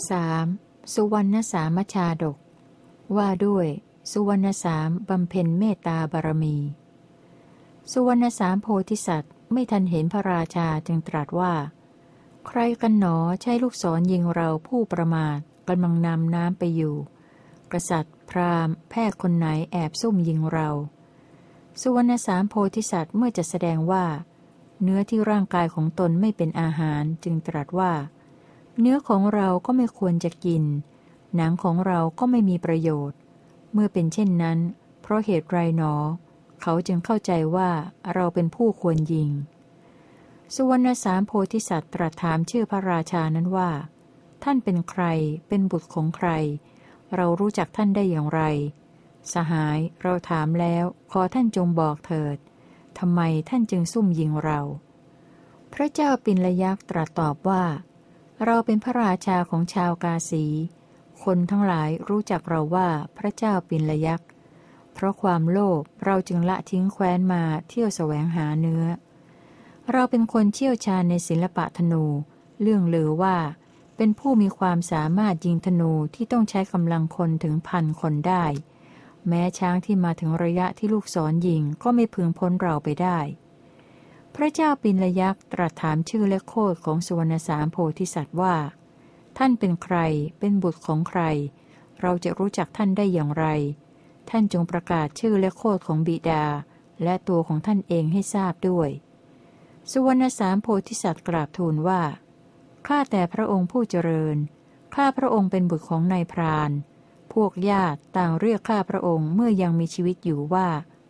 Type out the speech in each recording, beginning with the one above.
3. สุวรรณสามชาดกว่าด้วยสุวรรณสามบำเพ็ญเมตตาบารมีสุวรรณสามโพธิสัตว์ไม่ทันเห็นพระราชาจึงตรัสว่าใครกันหนอใช้ลูกศรยิงเราผู้ประมาทกำลังนำน้ำไปอยู่กษัตริย์พราหมณ์แพทย์คนไหนแอบซุ่มยิงเราสุวรรณสามโพธิสัตว์เมื่อจะแสดงว่าเนื้อที่ร่างกายของตนไม่เป็นอาหารจึงตรัสว่าเนื้อของเราก็ไม่ควรจะกินหนังของเราก็ไม่มีประโยชน์เมื่อเป็นเช่นนั้นเพราะเหตุไรหนอเขาจึงเข้าใจว่าเราเป็นผู้ควรยิงสุวรรณสามโพธิสัตว์ตรัสถามชื่อพระราชานั้นว่าท่านเป็นใครเป็นบุตรของใครเรารู้จักท่านได้อย่างไรสหายเราถามแล้วขอท่านจงบอกเถิดทำไมท่านจึงซุ่มยิงเราพระเจ้าปิลยักษ์ตรัสตอบว่าเราเป็นพระราชาของชาวกาสีคนทั้งหลายรู้จักเราว่าพระเจ้าปิลยักษ์เพราะความโลภเราจึงละทิ้งแคว้นมาเที่ยวแสวงหาเนื้อเราเป็นคนเชี่ยวชาญในศิลปะธนูเรื่องลือว่าเป็นผู้มีความสามารถยิงธนูที่ต้องใช้กำลังคนถึง1,000 คนได้แม้ช้างที่มาถึงระยะที่ลูกศรยิงก็ไม่พึงพ้นเราไปได้พระเจ้าปิลยักษ์ตรัสถามชื่อและโคดของสุวรรณสามโพธิสัตว์ว่าท่านเป็นใครเป็นบุตรของใครเราจะรู้จักท่านได้อย่างไรท่านจงประกาศชื่อและโคดของบิดาและตัวของท่านเองให้ทราบด้วยสุวรรณสามโพธิสัตว์กราบทูลว่าข้าแต่พระองค์ผู้เจริญข้าพระองค์เป็นบุตรของนายพรานพวกญาติต่างเรียกข้าพระองค์เมื่อยังมีชีวิตอยู่ว่า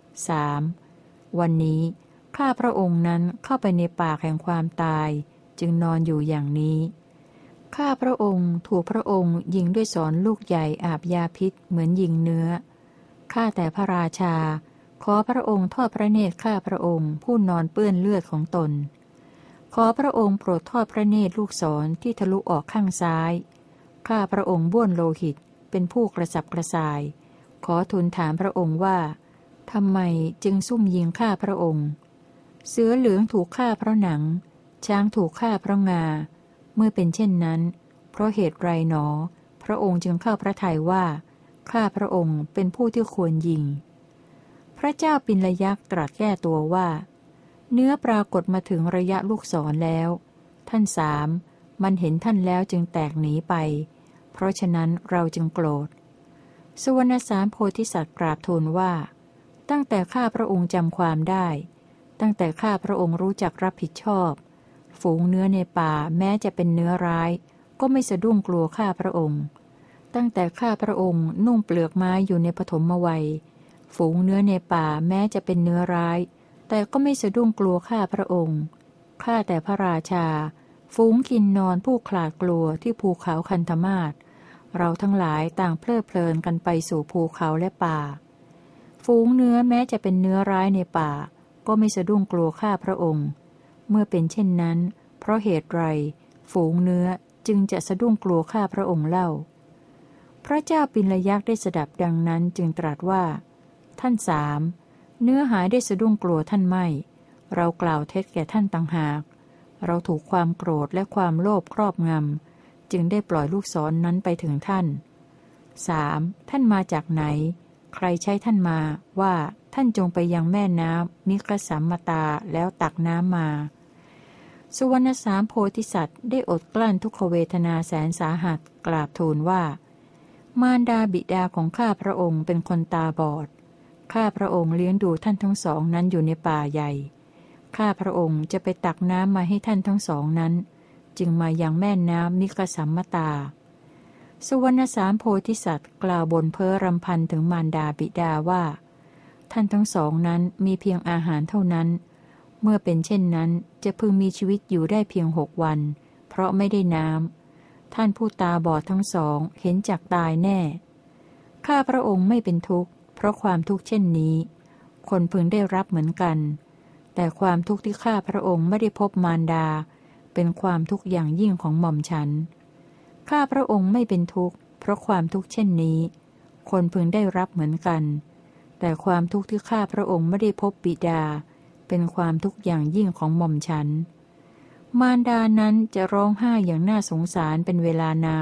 3วันนี้ข้าพระองค์นั้นเข้าไปในป่าแห่งความตายจึงนอนอยู่อย่างนี้ข้าพระองค์ถูกพระองค์ยิงด้วยศรลูกใหญ่อาบยาพิษเหมือนยิงเนื้อข้าแต่พระราชาขอพระองค์ทอดพระเนตรข้าพระองค์ผู้นอนเปื้อนเลือดของตนขอพระองค์โปรดทอดพระเนตรลูกศรที่ทะลุออกข้างซ้ายข้าพระองค์บ้วนโลหิตเป็นผู้กระสับกระส่ายขอทูลถามพระองค์ว่าทำไมจึงซุ่มยิงข้าพระองค์เสือเหลืองถูกฆ่าเพราะหนังช้างถูกฆ่าเพราะงาเมื่อเป็นเช่นนั้นเพราะเหตุไรหนอพระองค์จึงเข้าพระทัยว่าข้าพระองค์เป็นผู้ที่ควรยิงพระเจ้าปิลยักษ์ตรัสแก้ตัวว่าเนื้อปรากฏมาถึงระยะลูกศรแล้วท่านมันเห็นท่านแล้วจึงแตกหนีไปเพราะฉะนั้นเราจึงโกรธสุวรรณสามโพธิสัตว์กราบทูลว่าตั้งแต่ข้าพระองค์จำความได้ตั้งแต่ข้าพระองค์รู้จักรับผิดชอบฝูงเนื้อในป่าแม้จะเป็นเนื้อร้ายก็ไม่สะดุ้งกลัวข้าพระองค์ตั้งแต่ข้าพระองค์นุ่งเปลือกไม้อยู่ในปฐมวัยฝูงเนื้อในป่าแม้จะเป็นเนื้อร้ายแต่ก็ไม่สะดุ้งกลัวข้าพระองค์ข้าแต่พระราชาฝูงกินนอนผู้ขลาดกลัวที่ภูเขาคันธมาศเราทั้งหลายต่างเพลิดเพลินกันไปสู่ภูเขาและป่าฝูงเนื้อแม้จะเป็นเนื้อร้ายในป่าก็ไม่สะดุ้งกลัวข้าพระองค์เมื่อเป็นเช่นนั้นเพราะเหตุไรฝูงเนื้อจึงจะสะดุ้งกลัวข้าพระองค์เล่าพระเจ้าปิลยักษ์ได้สดับดังนั้นจึงตรัสว่าท่านเนื้อหายได้สะดุ้งกลัวท่านไม่เรากล่าวเท็จแก่ท่านต่างหากเราถูกความโกรธและความโลภครอบงำจึงได้ปล่อยลูกศรนั้นไปถึงท่านท่านมาจากไหนใครใช้ท่านมาว่าท่านจงไปยังแม่น้ำมิคสัมมตาแล้วตักน้ำมาสุวรรณสามโพธิสัตว์ได้อดกลั้นทุกขเวทนาแสนสาหัสกราบทูลว่ามารดาบิดาของข้าพระองค์เป็นคนตาบอดข้าพระองค์เลี้ยงดูท่านทั้งสองนั้นอยู่ในป่าใหญ่ข้าพระองค์จะไปตักน้ำมาให้ท่านทั้งสองนั้นจึงมายังแม่น้ำมิคสัมมตาสุวรรณสามโพธิสัตว์กล่าวบนเพ้อรำพันถึงมารดาบิดาว่าท่านทั้งสองนั้นมีเพียงอาหารเท่านั้นเมื่อเป็นเช่นนั้นจะพึงมีชีวิตอยู่ได้เพียง6 วันเพราะไม่ได้น้ำท่านผู้ตาบอดทั้งสองเห็นจักตายแน่ข้าพระองค์ไม่เป็นทุกข์เพราะความทุกข์เช่นนี้คนพึงได้รับเหมือนกันแต่ความทุกข์ที่ข้าพระองค์ไม่ได้พบมารดาเป็นความทุกข์อย่างยิ่งของหม่อมฉันข้าพระองค์ไม่เป็นทุกข์เพราะความทุกข์เช่นนี้คนพึงได้รับเหมือนกันแต่ความทุกข์ที่ข้าพระองค์ไม่ได้พบบิดาเป็นความทุกข์อย่างยิ่งของหม่อมฉันมารดานั้นจะร้องไห้อย่างน่าสงสารเป็นเวลานาน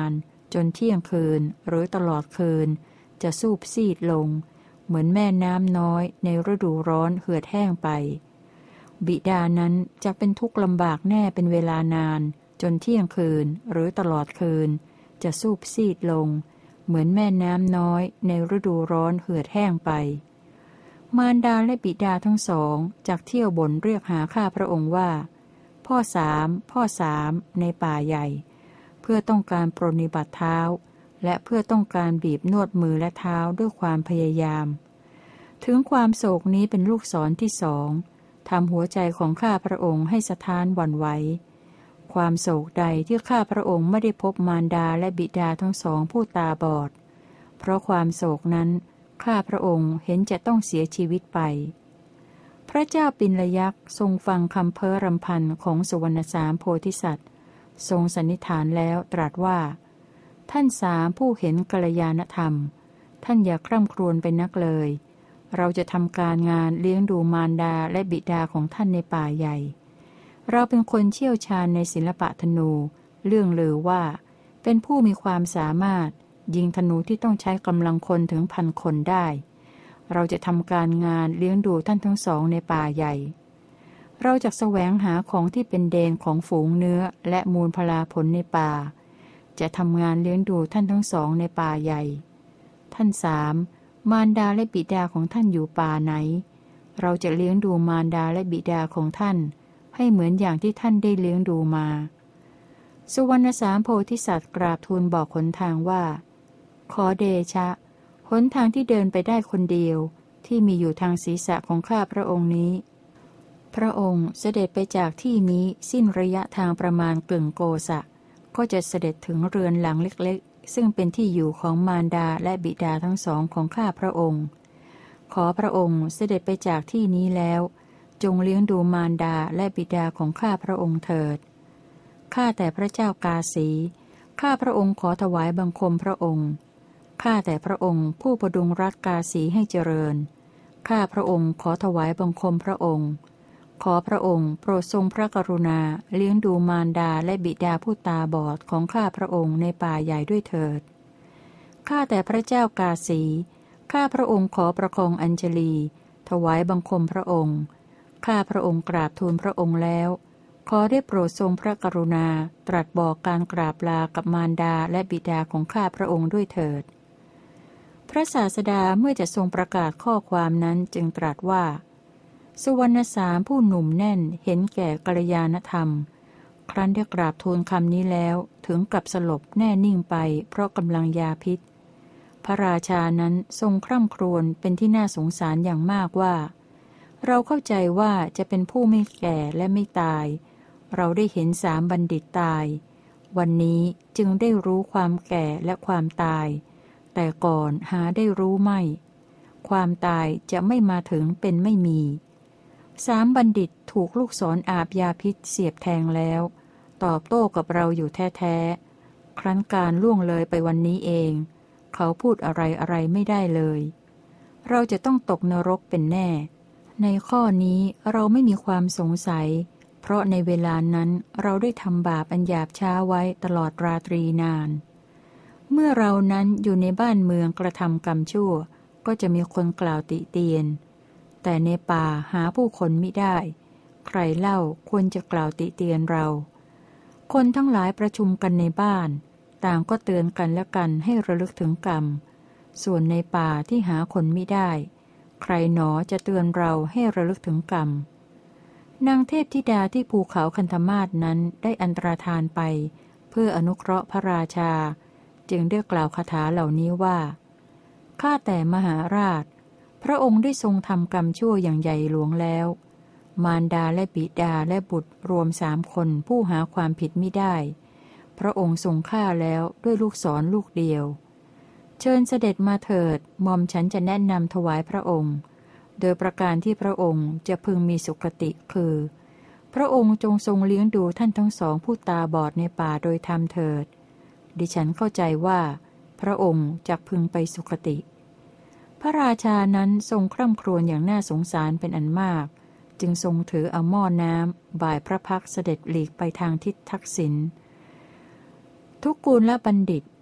จนเที่ยงคืนหรือตลอดคืนจะสูบซีดลงเหมือนแม่น้ำน้อยในฤดูร้อนเหือดแห้งไปบิดานั้นจะเป็นทุกข์ลำบากแน่เป็นเวลานานจนเที่ยงคืนหรือตลอดคืนจะสูบซีดลงเหมือนแม่น้ำน้อยในฤดูร้อนเหือดแห้งไปมารดาและบิดาทั้งสองจากเที่ยวบ่นเรียกหาข้าพระองค์ว่าพ่อสามในป่าใหญ่เพื่อต้องการปรนนิบัติเท้าและเพื่อต้องการบีบนวดมือและเท้าด้วยความพยายามถึงความโศกนี้เป็นลูกศรที่สองทำหัวใจของข้าพระองค์ให้สะท้านหวั่นไหวความโศกใดที่ข้าพระองค์ไม่ได้พบมารดาและบิดาทั้งสองผู้ตาบอดเพราะความโศกนั้นข้าพระองค์เห็นจะต้องเสียชีวิตไปพระเจ้าปิลยักษ์ทรงฟังคำเพ้อรำพันของสุวรรณสามโพธิสัตว์ทรงสันนิษฐานแล้วตรัสว่าท่านสามผู้เห็นกัลยาณธรรมท่านอย่าคร่ำครวญไปนักเลยเราจะทำการงานเลี้ยงดูมารดาและบิดาของท่านในป่าใหญ่เราเป็นคนเชี่ยวชาญในศิลปะธนูเรื่องลือว่าเป็นผู้มีความสามารถยิงธนูที่ต้องใช้กำลังคนถึง1,000 คนได้เราจะทำการงานเลี้ยงดูท่านทั้งสองในป่าใหญ่เราจะแสวงหาของที่เป็นเดนของฝูงเนื้อและมูลพลาผลในป่าจะทำงานเลี้ยงดูท่านทั้งสองในป่าใหญ่ท่านสามมารดาและบิดาของท่านอยู่ป่าไหนเราจะเลี้ยงดูมารดาและบิดาของท่านให้เหมือนอย่างที่ท่านได้เลี้ยงดูมาสุวรรณสามโพธิสัตว์กราบทูลบอกหนทางว่าขอเดชะหนทางที่เดินไปได้คนเดียวที่มีอยู่ทางศีรษะของข้าพระองค์นี้พระองค์เสด็จไปจากที่นี้สิ้นระยะทางประมาณกึ่งโกศะก็จะเสด็จถึงเรือนหลังเล็กๆซึ่งเป็นที่อยู่ของมารดาและบิดาทั้งสองของข้าพระองค์ขอพระองค์เสด็จไปจากที่นี้แล้วจงเลี้ยงดูมารดาและบิดาของข้าพระองค์เถิดข้าแต่พระเจ้ากาสีข้าพระองค์ขอถวายบังคมพระองค์ข้าแต่พระองค์ผู้ประดุงรักกาสีให้เจริญข้าพระองค์ขอถวายบังคมพระองค์ขอพระองค์โปรดทรงพระกรุณาเลี้ยงดูมารดาและบิดาผู้ตาบอดของข้าพระองค์ในป่าใหญ่ด้วยเถิดข้าแต่พระเจ้ากาสีข้าพระองค์ขอประคองอัญชลีถวายบังคมพระองค์ข้าพระองค์กราบทูลพระองค์แล้วขอได้โปรดทรงพระกรุณาตรัสบอกการกราบลากับมารดาและบิดาของข้าพระองค์ด้วยเถิดพระศาสดาเมื่อจะทรงประกาศข้อความนั้นจึงตรัสว่าสุวรรณสามผู้หนุ่มแน่นเห็นแก่กัลยาณธรรมครั้นได้กราบทูลคำนี้แล้วถึงกับสลบแน่นิ่งไปเพราะกำลังยาพิษพระราชานั้นทรงคร่ำครวญเป็นที่น่าสงสารอย่างมากว่าเราเข้าใจว่าจะเป็นผู้ไม่แก่และไม่ตายเราได้เห็นสามบัณฑิตตายวันนี้จึงได้รู้ความแก่และความตายแต่ก่อนหาได้รู้ไม่ความตายจะไม่มาถึงเป็นไม่มีสามบัณฑิตถูกลูกศรอาบยาพิษเสียบแทงแล้วตอบโต้กับเราอยู่แท้ๆครั้นการล่วงเลยไปวันนี้เองเขาพูดอะไรไม่ได้เลยเราจะต้องตกนรกเป็นแน่ในข้อนี้เราไม่มีความสงสัยเพราะในเวลานั้นเราได้ทำบาปอันหยาบช้าไว้ตลอดราตรีนานเมื่อเรานั้นอยู่ในบ้านเมืองกระทำกรรมชั่วก็จะมีคนกล่าวติเตียนแต่ในป่าหาผู้คนมิได้ใครเล่าควรจะกล่าวติเตียนเราคนทั้งหลายประชุมกันในบ้านต่างก็เตือนกันและกันให้ระลึกถึงกรรมส่วนในป่าที่หาคนมิได้ใครหนอจะเตือนเราให้ระลึกถึงกรรมนางเทพธิดาที่ภูเขาคันธมาศนั้นได้อันตรธานไปเพื่ออนุเคราะห์พระราชาจึงได้กล่าวคาถาเหล่านี้ว่าข้าแต่มหาราชพระองค์ได้ทรงทำกรรมชั่วอย่างใหญ่หลวงแล้วมารดาและบิดาและบุตรรวม3 คนผู้หาความผิดมิได้พระองค์ทรงฆ่าแล้วด้วยลูกศรลูกเดียวเชิญเสด็จมาเถิดหม่อมฉันจะแนะนำถวายพระองค์โดยประการที่พระองค์จะพึงมีสุคติคือพระองค์จงทรงเลี้ยงดูท่านทั้งสองผู้ตาบอดในป่าโดยธรรมเถิดดิฉันเข้าใจว่าพระองค์จะพึงไปสุคติพระราชานั้นทรงคร่ำครวญอย่างน่าสงสารเป็นอันมากจึงทรงถือเอาหม้อน้ำบ่ายพระพักตร์เสด็จหลีกไปทางทิศทักษิณทุกกูลและบัณฑิต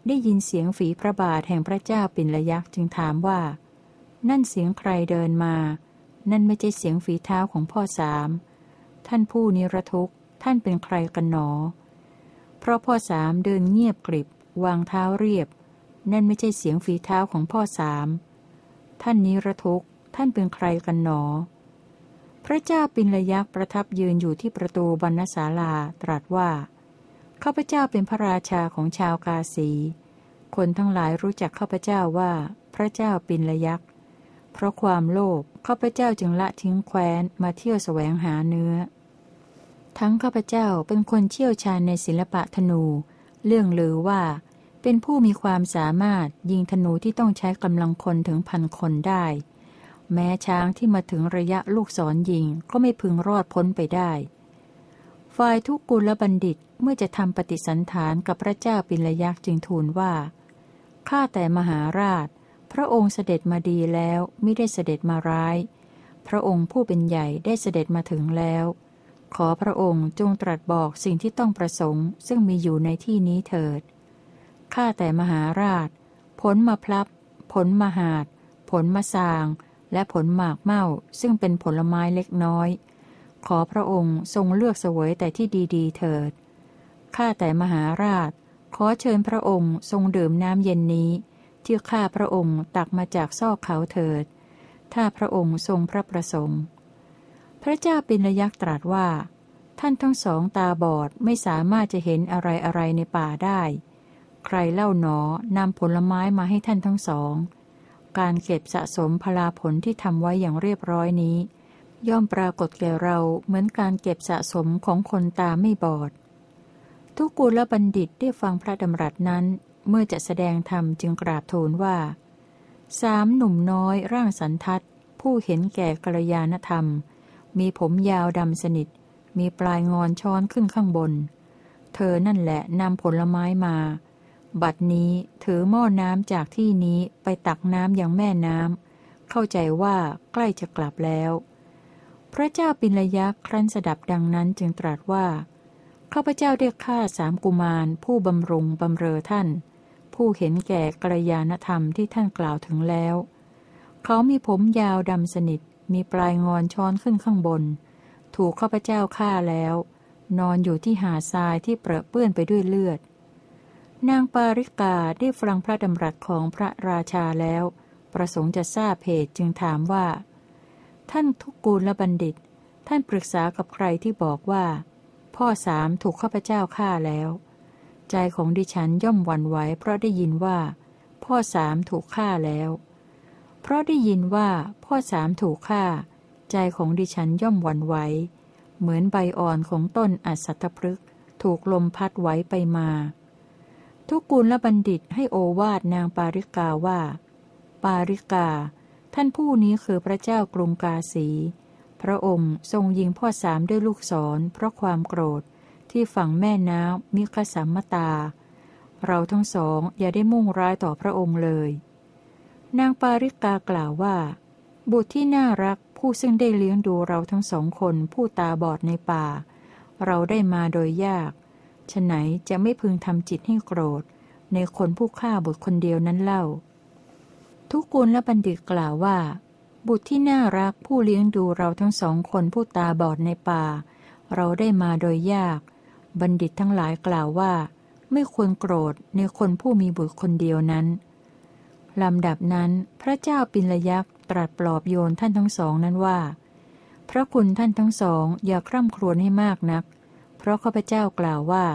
ได้ยินเสียงฝีพระบาทแห่งพระเจ้าปิณยักษ์จึงถามว่านั่นเสียงใครเดินมานั่นไม่ใช่เสียงฝีเท้าของพ่อสามท่านผู้นิรทุกข์ท่านเป็นใครกันหนอเพราะพ่อสามเดินเงียบกริบวางเท้าเรียบนั่นไม่ใช่เสียงฝีเท้าของพ่อสามท่านนิรทุกข์ท่านเป็นใครกันหนอพระเจ้าปิณยักษ์ประทับยืนอยู่ที่ประตูบรรณศาลาตรัสว่าข้าพเจ้าเป็นพระราชาของชาวกาสีคนทั้งหลายรู้จักข้าพเจ้าว่าพระเจ้าปิณยักษ์เพราะความโลภข้าพเจ้าจึงละทิ้งแคว้นมาเที่ยวแสวงหาเนื้อทั้งข้าพเจ้าเป็นคนเชี่ยวชาญในศิลปะธนูเรื่องลือว่าเป็นผู้มีความสามารถยิงธนูที่ต้องใช้กำลังคนถึง1,000 คนได้แม้ช้างที่มาถึงระยะลูกศรยิงก็ไม่พึงรอดพ้นไปได้ฝ่ายทุกกุลบัณฑิตเมื่อจะทำปฏิสันถานกับพระเจ้าปิณยักษ์จึงทูลว่าข้าแต่มหาราชพระองค์เสด็จมาดีแล้วมิได้เสด็จมาร้ายพระองค์ผู้เป็นใหญ่ได้เสด็จมาถึงแล้วขอพระองค์จงตรัสบอกสิ่งที่ต้องประสงค์ซึ่งมีอยู่ในที่นี้เถิดข้าแต่มหาราชผลมะพร้าวผลมหาดผลมะสางและผลหมากเม่าซึ่งเป็นผลไม้เล็กน้อยขอพระองค์ทรงเลือกเสวยแต่ที่ดีๆเถิดข้าแต่มหาราชขอเชิญพระองค์ทรงดื่มน้ำเย็นนี้ที่ข้าพระองค์ตักมาจากซอกเขาเถิดถ้าพระองค์ทรงพระประสงค์พระเจ้าปิณยักษ์ตรัสว่าท่านทั้งสองตาบอดไม่สามารถจะเห็นอะไรในป่าได้ใครเล่าหนอนำผลไม้มาให้ท่านทั้งสองการเก็บสะสมพลาผลที่ทำไว้อย่างเรียบร้อยนี้ย่อมปรากฏแก่เราเหมือนการเก็บสะสมของคนตาไม่บอดทุกกุลบัณฑิตได้ฟังพระดำรัสนั้นเมื่อจะแสดงธรรมจึงกราบทูลว่าสามหนุ่มน้อยร่างสันทัดผู้เห็นแก่กัลยาณธรรมมีผมยาวดำสนิทมีปลายงอนช้อนขึ้นข้างบนเธอนั่นแหละนำผลไม้มาบัดนี้ถือหม้อน้ำจากที่นี้ไปตักน้ำยังแม่น้ำเข้าใจว่าใกล้จะกลับแล้วพระเจ้าปิณยักษ์ครั้นสดับดังนั้นจึงตรัสว่าข้าพเจ้าได้ฆ่า3 กุมารผู้บำรุงบำเรอท่านผู้เห็นแก่กัลยาณธรรมที่ท่านกล่าวถึงแล้วเขามีผมยาวดำสนิทมีปลายงอนช้อนขึ้นข้างบนถูกข้าพเจ้าฆ่าแล้วนอนอยู่ที่หาดทรายที่เปรอะเปื้อนไปด้วยเลือดนางปาริกาได้ฟังพระดำรัสของพระราชาแล้วประสงค์จะทราบเหตุจึงถามว่าท่านทุกกุลบัณฑิตท่านปรึกษากับใครที่บอกว่าพ่อสามถูกข้าพเจ้าฆ่าแล้วใจของดิฉันย่อมหวั่นไหวเพราะได้ยินว่าพ่อสามถูกฆ่าแล้วเพราะได้ยินว่าพ่อสามถูกฆ่าใจของดิฉันย่อมหวั่นไหวเหมือนใบอ่อนของต้นอัศทพฤกษ์ถูกลมพัดไหวไปมาทุกกุลบัณฑิตให้โอวาทนางปาริกาว่าปาริกาท่านผู้นี้คือพระเจ้ากรุงกาสีพระองค์ทรงยิงพ่อสามด้วยลูกศรเพราะความโกรธที่ฝั่งแม่น้ำมิคสัมมตาเราทั้งสองอย่าได้มุ่งร้ายต่อพระองค์เลยนางปาริกากล่าวว่าบุตรที่น่ารักผู้ซึ่งได้เลี้ยงดูเราทั้งสองคนผู้ตาบอดในป่าเราได้มาโดยยากฉะไหนจะไม่พึงทำจิตให้โกรธในคนผู้ฆ่าบุตรคนเดียวนั้นเล่าทุกกุลบัณฑิตกล่าวว่าบุตรที่น่ารักผู้เลี้ยงดูเราทั้งสองคนผู้ตาบอดในป่าเราได้มาโดยยากบัณฑิตทั้งหลายกล่าวว่าไม่ควรโกรธในคนผู้มีบุตรคนเดียวนั้นลำดับนั้นพระเจ้าปิณยักษ์ตรัสปลอบโยนท่านทั้งสองนั้นว่าพระคุณท่านทั้งสองอย่าคร่ำครวญให้มากนักเพราะข้าพเจ้ากล่าวว่า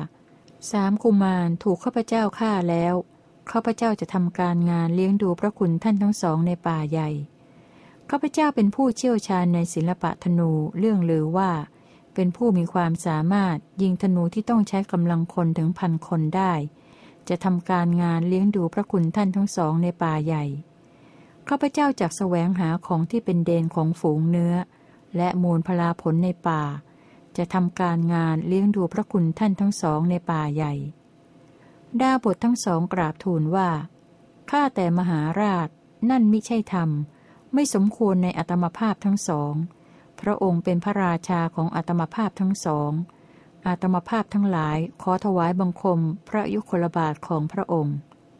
3 กุมารถูกข้าพเจ้าฆ่าแล้วข้าพเจ้าจะทำการงานเลี้ยงดูพระคุณท่านทั้งสองในป่าใหญ่ข้าพเจ้าเป็นผู้เชี่ยวชาญในศิลปะธนูเรื่องลือว่าเป็นผู้มีความสามารถยิงธนูที่ต้องใช้กำลังคนถึง1,000 คนได้จะทำการงานเลี้ยงดูพระคุณท่านทั้งสองในป่าใหญ่ข้าพเจ้าจักแสวงหาของที่เป็นเดนของฝูงเนื้อและมูลพลาผลในป่าจะทำการงานเลี้ยงดูพระคุณท่านทั้งสองในป่าใหญ่ดาบททั้งสองกราบทูลว่าข้าแต่มหาราชนั่นมิใช่ธรรมไม่สมควรในอัตมภาพทั้งสองพระองค์เป็นพระราชาของอัตมภาพทั้งสองอัตมภาพทั้งหลายขอถวายบังคมพระยุคลบาทของพระองค์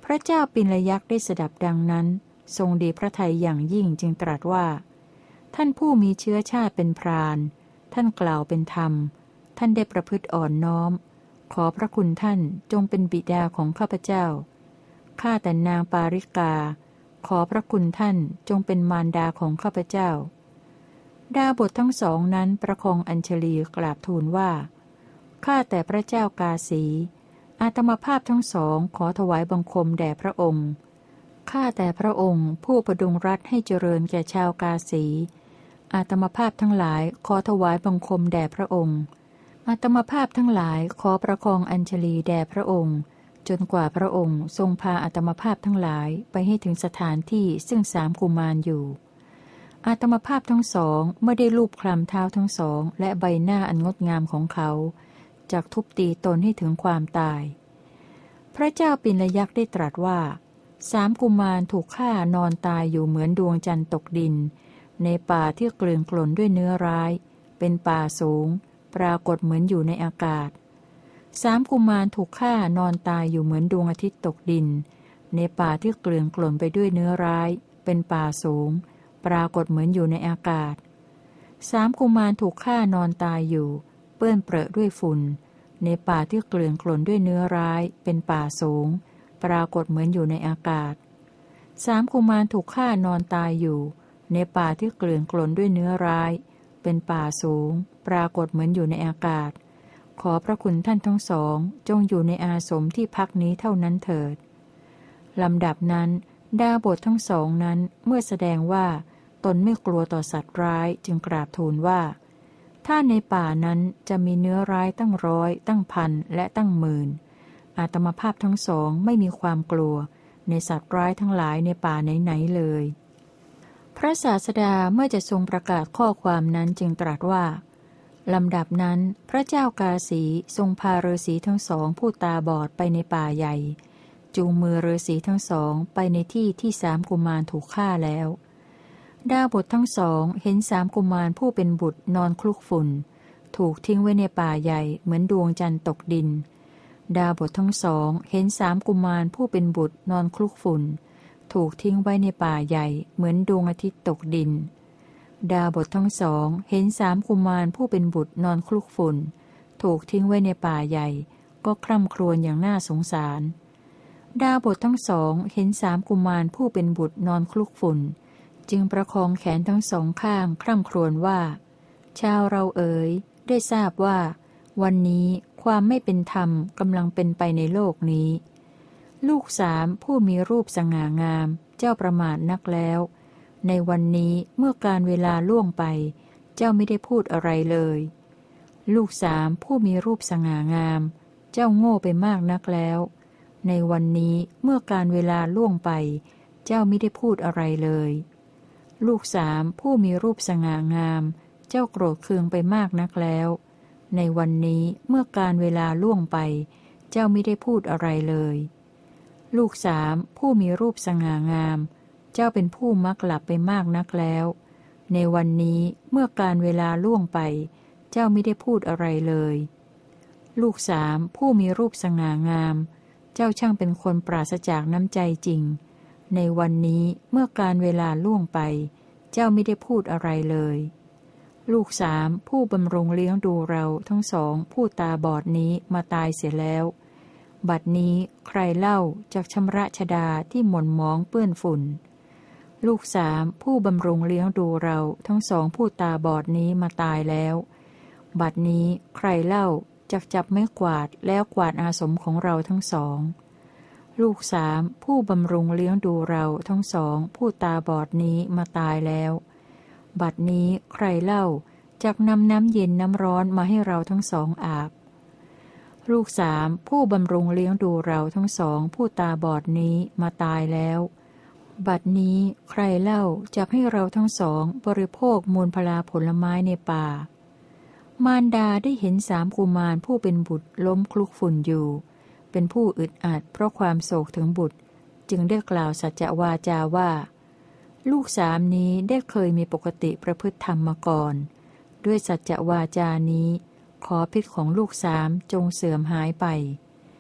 พระเจ้าปิลยักษ์ได้สดับดังนั้นทรงดีพระทัยอย่างยิ่งจึงตรัสว่าท่านผู้มีเชื้อชาติเป็นพรานท่านกล่าวเป็นธรรมท่านได้ประพฤติอ่อนน้อมขอพระคุณท่านจงเป็นบิดาของข้าพเจ้าข้าแต่นางปาริกาขอพระคุณท่านจงเป็นมารดาของข้าพเจ้าดาบททั้งสองนั้นประคองอัญชลีกราบทูลว่าข้าแต่พระเจ้ากาสีอาตมาภาพทั้งสองขอถวายบังคมแด่พระองค์ข้าแต่พระองค์ผู้ประดุงรัฐให้เจริญแก่ชาวกาสีอาตมาภาพทั้งหลายขอถวายบังคมแด่พระองค์อาตมาภาพทั้งหลายขอประคองอัญชลีแด่พระองค์จนกว่าพระองค์ทรงพาอาตมาภาพทั้งหลายไปให้ถึงสถานที่ซึ่งสามกุมารอยู่อาตมาภาพทั้งสองเมื่อได้ลูบคลำเท้าทั้งสองและใบหน้าอันงดงามของเขาจักทุบตีตนให้ถึงความตายพระเจ้าปิลยักษ์ได้ตรัสว่าสามกุมารถูกฆ่านอนตายอยู่เหมือนดวงจันทร์ตกดินในป่าที่เกลื่อนกล่นด้วยเนื้อร้ายเป็นป่าสูงปรากฏเหมือนอยู่ในอากาศสามกุมารถูกฆ่านอนตายอยู่เหมือนดวงอาทิตย์ตกดินในป่าที่เกลื่อนกล่นไปด้วยเนื้อร้ายเป็นป่าสูงปรากฏเหมือนอยู่ในอากาศสามกุมารถูกฆ่านอนตายอยู่เปื้อนเปรอะด้วยฝุ่นในป่าที่เกลื่อนกล่นด้วยเนื้อร้ายเป็นป่าสูงปรากฏเหมือนอยู่ในอากาศสามกุมารถูกฆ่านอนตายอยู่ในป่าที่เกลื่อนกล่นด้วยเนื้อร้ายเป็นป่าสูงปรากฏเหมือนอยู่ในอากาศขอพระคุณท่านทั้งสองจงอยู่ในอาสมที่พักนี้เท่านั้นเถิดลำดับนั้นดาบททั้งสองนั้นเมื่อแสดงว่าตนไม่กลัวต่อสัตว์ร้ายจึงกราบทูลว่าถ้าในป่านั้นจะมีเนื้อร้ายตั้งร้อยตั้งพันและตั้งหมื่นอาตมาภาพทั้งสองไม่มีความกลัวในสัตว์ร้ายทั้งหลายในป่าไหนๆเลยพระศาสดาเมื่อจะทรงประกาศข้อความนั้นจึงตรัสว่าลำดับนั้นพระเจ้ากาสีทรงพาฤาษีทั้งสองผู้ตาบอดไปในป่าใหญ่จูงมือฤาษีทั้งสองไปในที่ที่สามกุมารถูกฆ่าแล้วดาบททั้งสองเห็นสามกุมารผู้เป็นบุตรนอนคลุกฝุ่นถูกทิ้งไว้ในป่าใหญ่เหมือนดวงจันทร์ตกดินดาบททั้งสองเห็นสามกุมารผู้เป็นบุตรนอนคลุกฝุ่นถูกทิ้งไว้ในป่าใหญ่เหมือนดวงอาทิตย์ตกดินดาบททั้งสองเห็นสามกุมารผู้เป็นบุตรนอนคลุกฝุ่นถูกทิ้งไว้ในป่าใหญ่ก็คร่ำครวญอย่างน่าสงสารดาบททั้งสองเห็นสามกุมารผู้เป็นบุตรนอนคลุกฝุ่นจึงประคองแขนทั้งสองข้างคร่ำครวญว่าชาวเราเอ๋ยได้ทราบว่าวันนี้ความไม่เป็นธรรมกำลังเป็นไปในโลกนี้ลูกสามผู้มีรูปสง่างามเจ้าประมาทนักแล้วในวันนี้เมื่อการเวลาล่วงไปเจ้าไม่ได้พูดอะไรเลยลูกสามผู้มีรูปสง่างามเจ้าโง่ไปมากนักแล้วในวันนี้เมื่อการเวลาล่วงไปเจ้าไม่ได้พูดอะไรเลยลูกสามผู้มีรูปสง่างามเจ้าโกรธเคืองไปมากนักแล้วในวันนี้เมื่อการเวลาล่วงไปเจ้าไม่ได้พูดอะไรเลยลูกสามผู้มีรูปสง่างามเจ้าเป็นผู้มักหลับไปมากนักแล้วในวันนี้เมื่อการเวลาล่วงไปเจ้าไม่ได้พูดอะไรเลยลูกสามผู้มีรูปสง่างามเจ้าช่างเป็นคนปราศจากน้ำใจจริงในวันนี้เมื่อการเวลาล่วงไปเจ้าไม่ได้พูดอะไรเลยลูกสามผู้บำรุงเลี้ยงดูเราทั้งสองผู้ตาบอดนี้มาตายเสียแล้วบัดนี้ใครเล่าจากชำระชดาที่หม่นหมองเปื้อนฝุ่นลูกสามผู้บำรุงเลี้ยงดูเราทั้งสองผู้ตาบอดนี้มาตายแล้วบัดนี้ใครเล่าจากจับไม้กวาดแล้วกวาดอาสมของเราทั้งสองลูกสามผู้บำรุงเลี้ยงดูเราทั้งสองผู้ตาบอดนี้มาตายแล้วบัดนี้ใครเล่าจากนำน้ำเย็นน้ำร้อนมาให้เราทั้งสองอาบลูกสามผู้บำรุงเลี้ยงดูเราทั้งสองผู้ตาบอดนี้มาตายแล้วบัดนี้ใครเล่าจากให้เราทั้งสองบริโภคมูลพลาผลไม้ในป่ามารดาได้เห็นสามกุมารผู้เป็นบุตรล้มคลุกฝุ่นอยู่เป็นผู้อึดอัดเพราะความโศกถึงบุตรจึงได้กล่าวสัจจวาจาว่าลูกสามนี้ได้เคยมีปกติประพฤติธรรมมาก่อนด้วยสัจจวาจานี้ขอพิษของลูกสามจงเสื่อมหายไป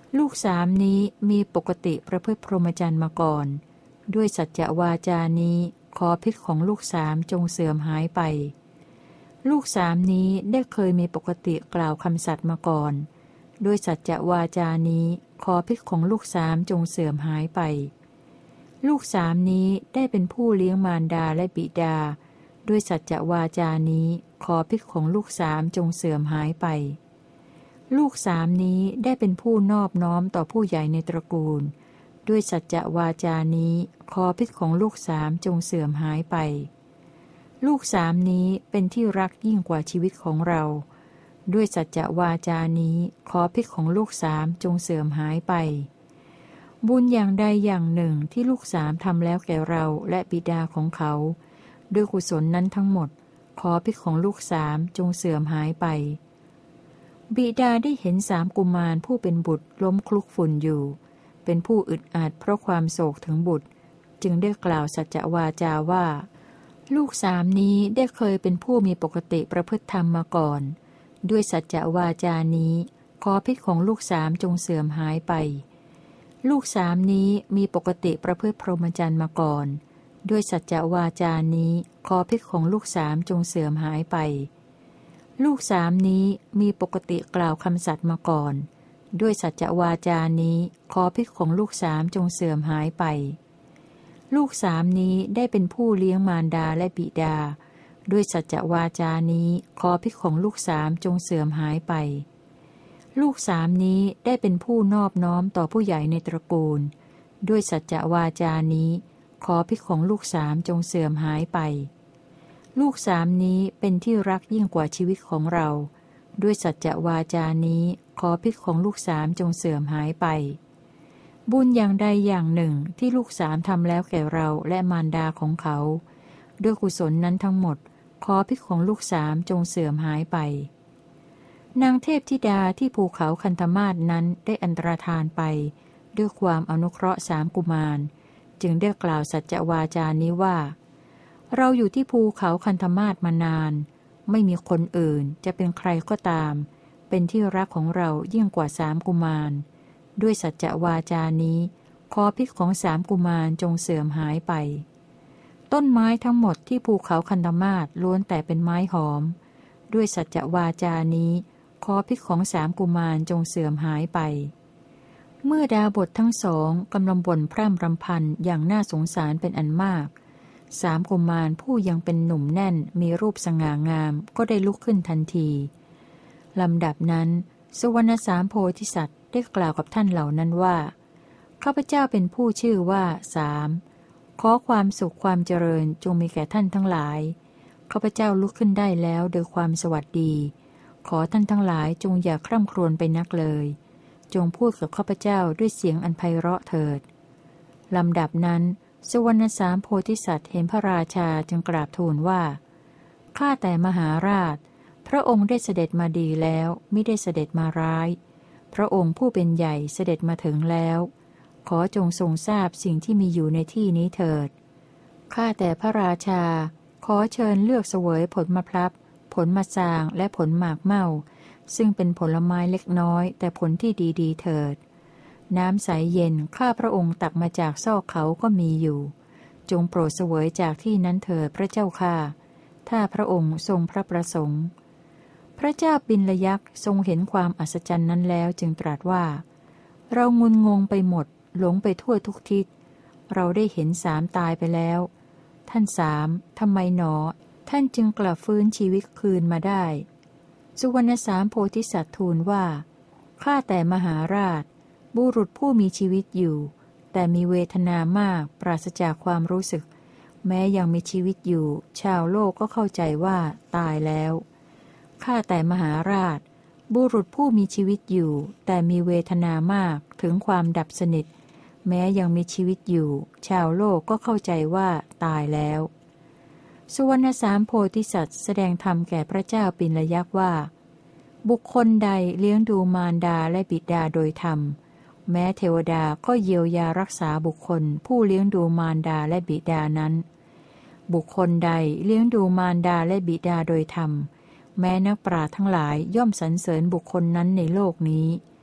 ลูกสามนี้มีปกติประพฤติพรหมจรรย์มาก่อนด้วยสัจจวาจานี้ขอพิษของลูกสามจงเสื่อมหายไปลูกสามนี้ได้เคยมีปกติกล่าวคำสัตย์มาก่อนด้วยสัจจวาจานี้ขอพิษของลูกสามจงเสื่อมหายไปลูกสามนี้ได้เป็นผู้เลี้ยงมารดาและบิดาด้วยสัจจวาจานี้ขอพิษของลูกสามจงเสื่อมหายไปลูกสามนี้ได้เป็นผู้นอบน้อมต่อผู้ใหญ่ในตระกูลด้วยสัจจวาจานี้ขอพิษของลูกสามจงเสื่อมหายไปลูกสามนี้เป็นที่รักยิ่งกว่าชีวิตของเราด้วยสัจจวาจานี้ขอพิษของลูกสามจงเสื่อมหายไปบุญอย่างใดอย่างหนึ่งที่ลูกสามทำแล้วแก่เราและบิดาของเขาด้วยกุศลนั้นทั้งหมดขอพิษของลูกสามจงเสื่อมหายไปบิดาได้เห็นสามกุมารผู้เป็นบุตรล้มคลุกฝุ่นอยู่เป็นผู้อึดอัดเพราะความโศกถึงบุตรจึงได้กล่าวสัจจวาจาว่าลูกสามนี้ได้เคยเป็นผู้มีปกติประพฤติธรรมมาก่อนด้วยสัจจวาจานี้ขอพิษของลูกสามจงเสื่อมหายไปลูกสามนี้มีปกติประพฤติพรหมจรรย์มาก่อนด้วยสัจจวาจานี้ขอพิษของลูกสามจงเสื่อมหายไปลูกสามนี้มีปกติกล่าวคำสัตย์มาก่อนด้วยสัจจวาจานี้ขอพิษของลูกสามจงเสื่อมหายไปลูกสามนี้ได้เป็นผู้เลี้ยงมารดาและบิดาด้วยสัจจวาจานี้ขอพิษของลูกสามจงเสื่อมหายไปลูกสามนี้ได้เป็นผู้นอบน้อมต่อผู้ใหญ่ในตระกูลด้วยสัจจวาจานี้ขอพิษของลูกสามจงเสื่อมหายไปลูกสามนี้เป็นที่รักยิ่งกว่าชีวิตของเราด้วยสัจจวาจานี้ขอพิษของลูกสามจงเสื่อมหายไปบุญอย่างใดอย่างหนึ่งที่ลูกสามทำแล้วแก่เราและมารดาของเขาด้วยกุศลนั้นทั้งหมดขอพิษของลูกสามจงเสื่อมหายไปนางเทพธิดาที่ภูเขาคันธมาศนั้นได้อันตรธานไปด้วยความอนุเคราะห์สามกุมารจึงได้กล่าวสัจจวาจานี้ว่าเราอยู่ที่ภูเขาคันธมาศมานานไม่มีคนอื่นจะเป็นใครก็ตามเป็นที่รักของเรายิ่งกว่าสามกุมารด้วยสัจจวาจานี้ขอพิษของสามกุมารจงเสื่อมหายไปต้นไม้ทั้งหมดที่ภูเขาคันธมาศล้วนแต่เป็นไม้หอมด้วยสัจจวาจานี้ขอพิษของสามกุมารจงเสื่อมหายไปเมื่อดาบททั้งสองกำลังบ่นพร่ำรำพันอย่างน่าสงสารเป็นอันมากสามกุมารผู้ยังเป็นหนุ่มแน่นมีรูปสง่างามก็ได้ลุกขึ้นทันทีลำดับนั้นสุวรรณสามโพธิสัตว์ได้กล่าวกับท่านเหล่านั้นว่าข้าพเจ้าเป็นผู้ชื่อว่าสามขอความสุขความเจริญจงมีแก่ท่านทั้งหลายข้าพเจ้าลุกขึ้นได้แล้วโดยความสวัสดีขอท่านทั้งหลายจงอย่าคร่ำครวญไปนักเลยจงพูดกับข้าพเจ้าด้วยเสียงอันไพเราะเถิดลำดับนั้นสุวรรณสามโพธิสัตว์เห็นพระราชาจึงกราบทูลว่าข้าแต่มหาราชพระองค์ได้เสด็จมาดีแล้วมิได้เสด็จมาร้ายพระองค์ผู้เป็นใหญ่เสด็จมาถึงแล้วขอจงทรงทราบสิ่งที่มีอยู่ในที่นี้เถิดข้าแต่พระราชาขอเชิญเลือกเสวยผลมะพร้าวผลมะสางและผลหมากเม่าซึ่งเป็นผลไม้เล็กน้อยแต่ผลที่ดีๆเถิดน้ำใสเย็นข้าพระองค์ตักมาจากซอกเขาก็มีอยู่จงโปรดเสวยจากที่นั้นเถิดพระเจ้าข้าถ้าพระองค์ทรงพระประสงค์พระเจ้าปิลยักษ์ทรงเห็นความอัศจรรย์นั้นแล้วจึงตรัสว่าเรางุนงงไปหมดหลงไปทั่วทุกทิศเราได้เห็นสามตายไปแล้วท่านสามทำไมหนอท่านจึงกลับฟื้นชีวิตคืนมาได้สุวรรณสามโพธิสัตว์ทูลว่าข้าแต่มหาราชบุรุษผู้มีชีวิตอยู่แต่มีเวทนามากปราศจากความรู้สึกแม้ยังมีชีวิตอยู่ชาวโลกก็เข้าใจว่าตายแล้วข้าแต่มหาราชบุรุษผู้มีชีวิตอยู่แต่มีเวทนามากถึงความดับสนิทแม้ยังมีชีวิตอยู่ชาวโลกก็เข้าใจว่าตายแล้วสุวรรณสามโพธิสัตว์แสดงธรรมแก่พระเจ้าปิลยักษ์ว่าบุคคลใดเลี้ยงดูมารดาและบิดาโดยธรรมแม้เทวดาก็เยียวยารักษาบุคคลผู้เลี้ยงดูมารดาและบิดานั้นบุคคลใดเลี้ยงดูมารดาและบิดาโดยธรรมแม้นักปราชญ์ทั้งหลายย่อมสรรเสริญบุคคลนั้นในโลกนี้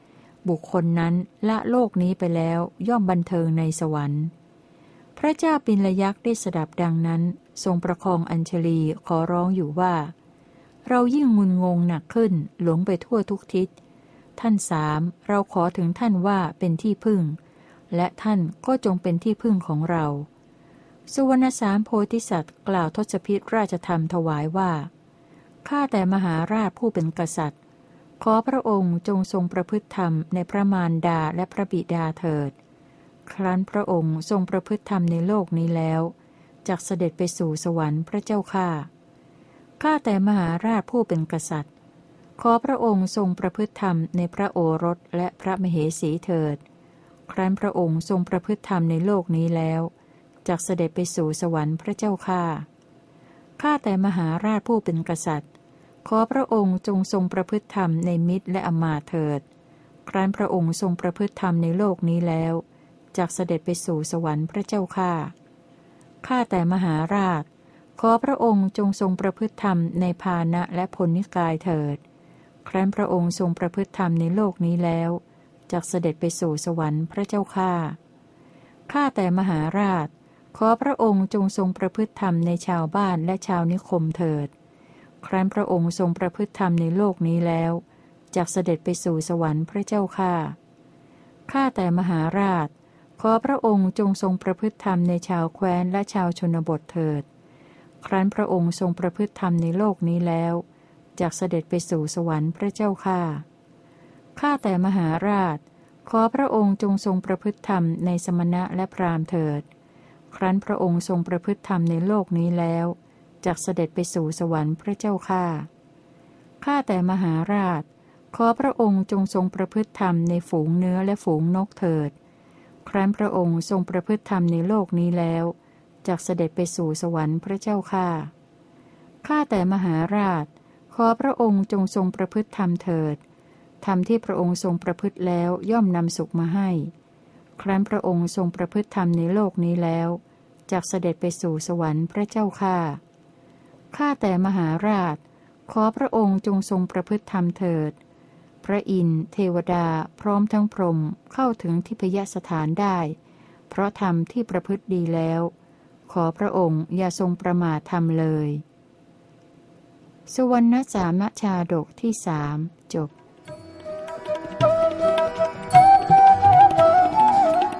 บุคคลนั้นละโลกนี้ไปแล้วย่อมบันเทิงในสวรรค์พระเจ้าปิลยักษ์ได้สดับดังนั้นทรงประคองอัญชลีขอร้องอยู่ว่าเรายิ่งงุนงงหนักขึ้นหลงไปทั่วทุกทิศท่านสามเราขอถึงท่านว่าเป็นที่พึ่งและท่านก็จงเป็นที่พึ่งของเราสุวรรณสามโพธิสัตว์กล่าวทศพิธราชธรรมถวายว่าข้าแต่มหาราชผู้เป็นกษัตริย์ขอพระองค์จงทรงประพฤติธรรมในพระมารดาและพระบิดาเถิดครั้นพระองค์ทรงประพฤติธรรมในโลกนี้แล้วจักเสด็จไปสู่สวรรค์พระเจ้าข้าข้าแต่มหาราชผู้เป็นกษัตริย์ขอพระองค์ทรงประพฤติธรรมในพระโอรสและพระมเหสีเถิดครั้นพระองค์ทรงประพฤติธรรมในโลกนี้แล้วจักเสด็จไปสู่สวรรค์พระเจ้าข้าข้าแต่มหาราชผู้เป็นกษัตริย์ขอพระองค์จงทรงประพฤติธรรมในมิตรและอมาตย์เถิดครั้นพระองค์ทรงประพฤติธรรมในโลกนี้แล้วจักเสด็จไปสู่สวรรค์พระเจ้าข้าข้าแต่มหาราชขอพระองค์จงทรงประพฤติธรรมในภาณะและพลนิกายเถิดครั้นพระองค์ทรงประพฤติธรรมในโลกนี้แล้วจักเสด็จไปสู่สวรรค์พระเจ้าข้าข้าแต่มหาราชขอพระองค์จงทรงประพฤติธรรมในชาวบ้านและชาวนิคมเถิดครั้นพระองค์ทรงประพฤติธรรมในโลกนี้แล้วจักเสด็จไปสู่สวรรค์พระเจ้าข้าข้าแต่มหาราชขอพระองค์จงทรงประพฤติธรรมในชาวแคว้นและชาวชนบทเถิดครั้นพระองค์ทรงประพฤติธรรมในโลกนี้แล้วจักเสด็จไปสู่สวรรค์พระเจ้าข้าข้าแต่มหาราชขอพระองค์จงทรงประพฤติธรรมในสมณะและพราหมณ์เถิดครั้นพระองค์ทรงประพฤติธรรมในโลกนี้แล้วจักเสด็จไปสู่สวรรค์พระเจ้าข้าข้าแต่มหาราชขอพระองค์จงทรงประพฤติธรรมในฝูงเนื้อและฝูงนกเถิดครั้นพระองค์ทรงประพฤติธรรมในโลกนี้แล้วจักเสด็จไปสู่สวรรค์พระเจ้าข้าข้าแต่มหาราชขอพระองค์จงทรงประพฤติธรรมเถิดธรรมที่พระองค์ทรงประพฤติแล้วย่อมนำสุขมาให้ครั้นพระองค์ทรงประพฤติธรรมในโลกนี้แล้วจักเสด็จไปสู่สวรรค์พระเจ้าข้าข้าแต่มหาราชขอพระองค์จงทรงประพฤติธรรมเถิดพระอินทร์เทวดาพร้อมทั้งพรหมเข้าถึงทิพยสถานได้เพราะธรรมที่ประพฤติดีแล้วขอพระองค์อย่าทรงประมาทธรรมเลยสุวรรณสามชาดกที่สามจบ